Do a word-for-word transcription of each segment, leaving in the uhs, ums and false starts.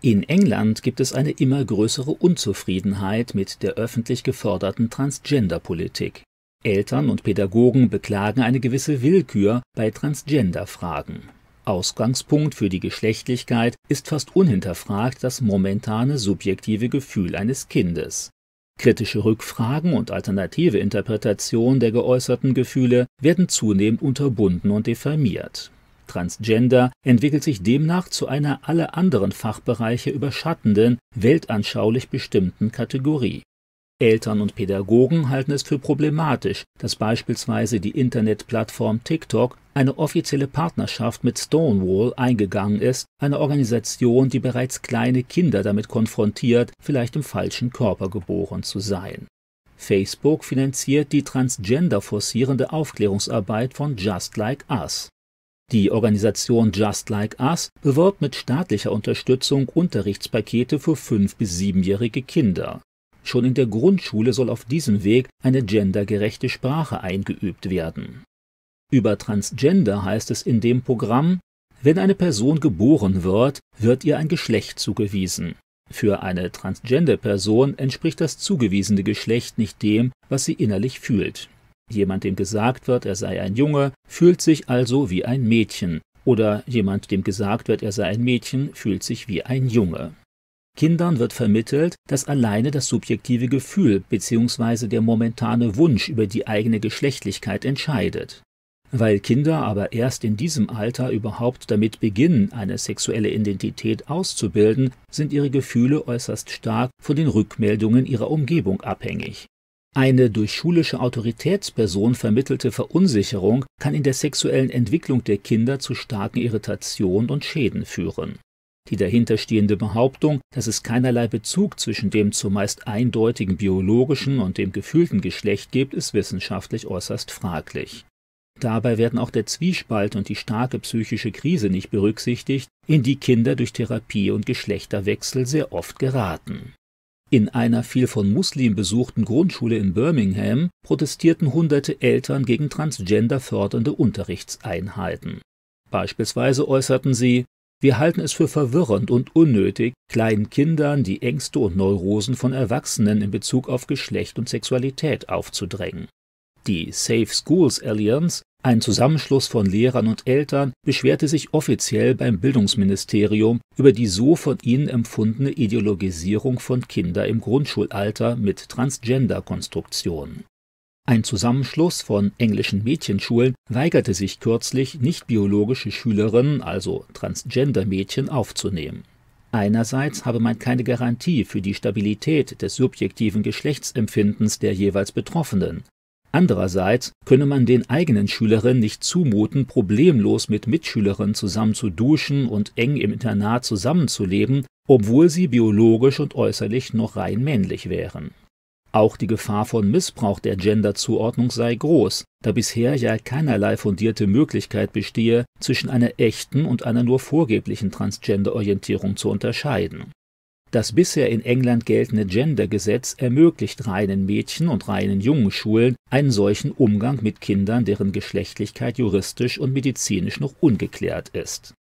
In England gibt es eine immer größere Unzufriedenheit mit der öffentlich geförderten Transgender-Politik. Eltern und Pädagogen beklagen eine gewisse Willkür bei Transgender-Fragen. Ausgangspunkt für die Geschlechtlichkeit ist fast unhinterfragt das momentane subjektive Gefühl eines Kindes. Kritische Rückfragen und alternative Interpretationen der geäußerten Gefühle werden zunehmend unterbunden und diffamiert. Transgender entwickelt sich demnach zu einer alle anderen Fachbereiche überschattenden, weltanschaulich bestimmten Kategorie. Eltern und Pädagogen halten es für problematisch, dass beispielsweise die Internetplattform TikTok eine offizielle Partnerschaft mit Stonewall eingegangen ist, einer Organisation, die bereits kleine Kinder damit konfrontiert, vielleicht im falschen Körper geboren zu sein. Facebook finanziert die transgender-forcierende Aufklärungsarbeit von Just Like Us. Die Organisation Just Like Us bewirbt mit staatlicher Unterstützung Unterrichtspakete für fünf- bis siebenjährige Kinder. Schon in der Grundschule soll auf diesem Weg eine gendergerechte Sprache eingeübt werden. Über Transgender heißt es in dem Programm: Wenn eine Person geboren wird, wird ihr ein Geschlecht zugewiesen. Für eine Transgender-Person entspricht das zugewiesene Geschlecht nicht dem, was sie innerlich fühlt. Jemand, dem gesagt wird, er sei ein Junge, fühlt sich also wie ein Mädchen, oder jemand, dem gesagt wird, er sei ein Mädchen, fühlt sich wie ein Junge. Kindern wird vermittelt, dass alleine das subjektive Gefühl bzw. der momentane Wunsch über die eigene Geschlechtlichkeit entscheidet. Weil Kinder aber erst in diesem Alter überhaupt damit beginnen, eine sexuelle Identität auszubilden, sind ihre Gefühle äußerst stark von den Rückmeldungen ihrer Umgebung abhängig. Eine durch schulische Autoritätsperson vermittelte Verunsicherung kann in der sexuellen Entwicklung der Kinder zu starken Irritationen und Schäden führen. Die dahinterstehende Behauptung, dass es keinerlei Bezug zwischen dem zumeist eindeutigen biologischen und dem gefühlten Geschlecht gibt, ist wissenschaftlich äußerst fraglich. Dabei werden auch der Zwiespalt und die starke psychische Krise nicht berücksichtigt, in die Kinder durch Therapie und Geschlechterwechsel sehr oft geraten. In einer viel von Muslimen besuchten Grundschule in Birmingham protestierten hunderte Eltern gegen transgender fördernde Unterrichtseinheiten. Beispielsweise äußerten sie: Wir halten es für verwirrend und unnötig, kleinen Kindern die Ängste und Neurosen von Erwachsenen in Bezug auf Geschlecht und Sexualität aufzudrängen. Die Safe Schools Alliance, ein Zusammenschluss von Lehrern und Eltern, beschwerte sich offiziell beim Bildungsministerium über die so von ihnen empfundene Ideologisierung von Kindern im Grundschulalter mit Transgender-Konstruktionen. Ein Zusammenschluss von englischen Mädchenschulen weigerte sich kürzlich, nicht-biologische Schülerinnen, also Transgender-Mädchen, aufzunehmen. Einerseits habe man keine Garantie für die Stabilität des subjektiven Geschlechtsempfindens der jeweils Betroffenen. Andererseits könne man den eigenen Schülerinnen nicht zumuten, problemlos mit Mitschülerinnen zusammen zu duschen und eng im Internat zusammenzuleben, obwohl sie biologisch und äußerlich noch rein männlich wären. Auch die Gefahr von Missbrauch der Genderzuordnung sei groß, da bisher ja keinerlei fundierte Möglichkeit bestehe, zwischen einer echten und einer nur vorgeblichen Transgender-Orientierung zu unterscheiden. Das bisher in England geltende Gendergesetz ermöglicht reinen Mädchen- und reinen Jungenschulen einen solchen Umgang mit Kindern, deren Geschlechtlichkeit juristisch und medizinisch noch ungeklärt ist.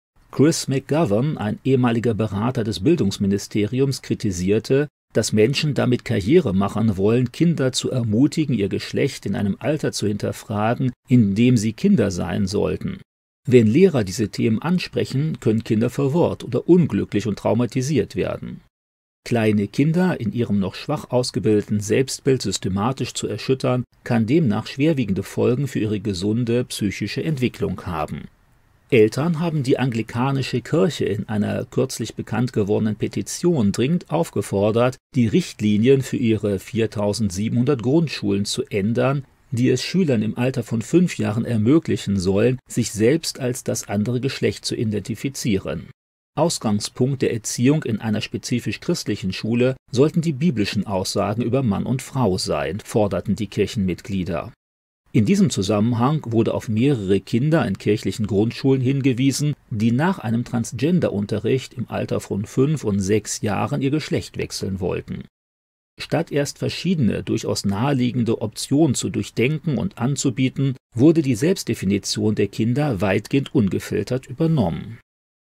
Chris McGovern, ein ehemaliger Berater des Bildungsministeriums, kritisierte, dass Menschen damit Karriere machen wollen, Kinder zu ermutigen, ihr Geschlecht in einem Alter zu hinterfragen, in dem sie Kinder sein sollten. Wenn Lehrer diese Themen ansprechen, können Kinder verwirrt oder unglücklich und traumatisiert werden. Kleine Kinder in ihrem noch schwach ausgebildeten Selbstbild systematisch zu erschüttern, kann demnach schwerwiegende Folgen für ihre gesunde psychische Entwicklung haben. Eltern haben die anglikanische Kirche in einer kürzlich bekannt gewordenen Petition dringend aufgefordert, die Richtlinien für ihre viertausendsiebenhundert Grundschulen zu ändern, die es Schülern im Alter von fünf Jahren ermöglichen sollen, sich selbst als das andere Geschlecht zu identifizieren. Ausgangspunkt der Erziehung in einer spezifisch christlichen Schule sollten die biblischen Aussagen über Mann und Frau sein, forderten die Kirchenmitglieder. In diesem Zusammenhang wurde auf mehrere Kinder in kirchlichen Grundschulen hingewiesen, die nach einem Transgender-Unterricht im Alter von fünf und sechs Jahren ihr Geschlecht wechseln wollten. Statt erst verschiedene, durchaus naheliegende Optionen zu durchdenken und anzubieten, wurde die Selbstdefinition der Kinder weitgehend ungefiltert übernommen.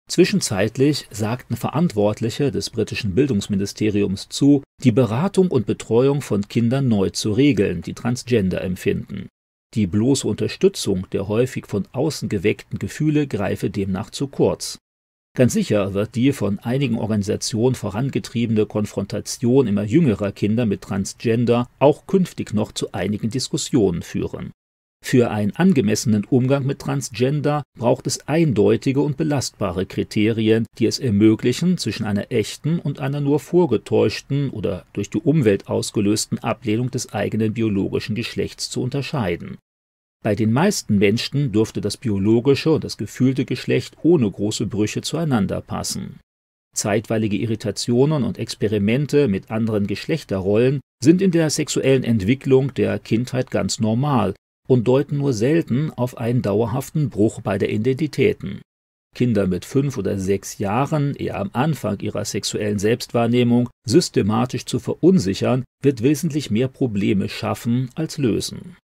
Zwischenzeitlich sagten Verantwortliche des britischen Bildungsministeriums zu, die Beratung und Betreuung von Kindern neu zu regeln, die Transgender empfinden. Die bloße Unterstützung der häufig von außen geweckten Gefühle greife demnach zu kurz. Ganz sicher wird die von einigen Organisationen vorangetriebene Konfrontation immer jüngerer Kinder mit Transgender auch künftig noch zu einigen Diskussionen führen. Für einen angemessenen Umgang mit Transgender braucht es eindeutige und belastbare Kriterien, die es ermöglichen, zwischen einer echten und einer nur vorgetäuschten oder durch die Umwelt ausgelösten Ablehnung des eigenen biologischen Geschlechts zu unterscheiden. Bei den meisten Menschen dürfte das biologische und das gefühlte Geschlecht ohne große Brüche zueinander passen. Zeitweilige Irritationen und Experimente mit anderen Geschlechterrollen sind in der sexuellen Entwicklung der Kindheit ganz normal und deuten nur selten auf einen dauerhaften Bruch beider Identitäten. Kinder mit fünf oder sechs Jahren, eher am Anfang ihrer sexuellen Selbstwahrnehmung, systematisch zu verunsichern, wird wesentlich mehr Probleme schaffen als lösen.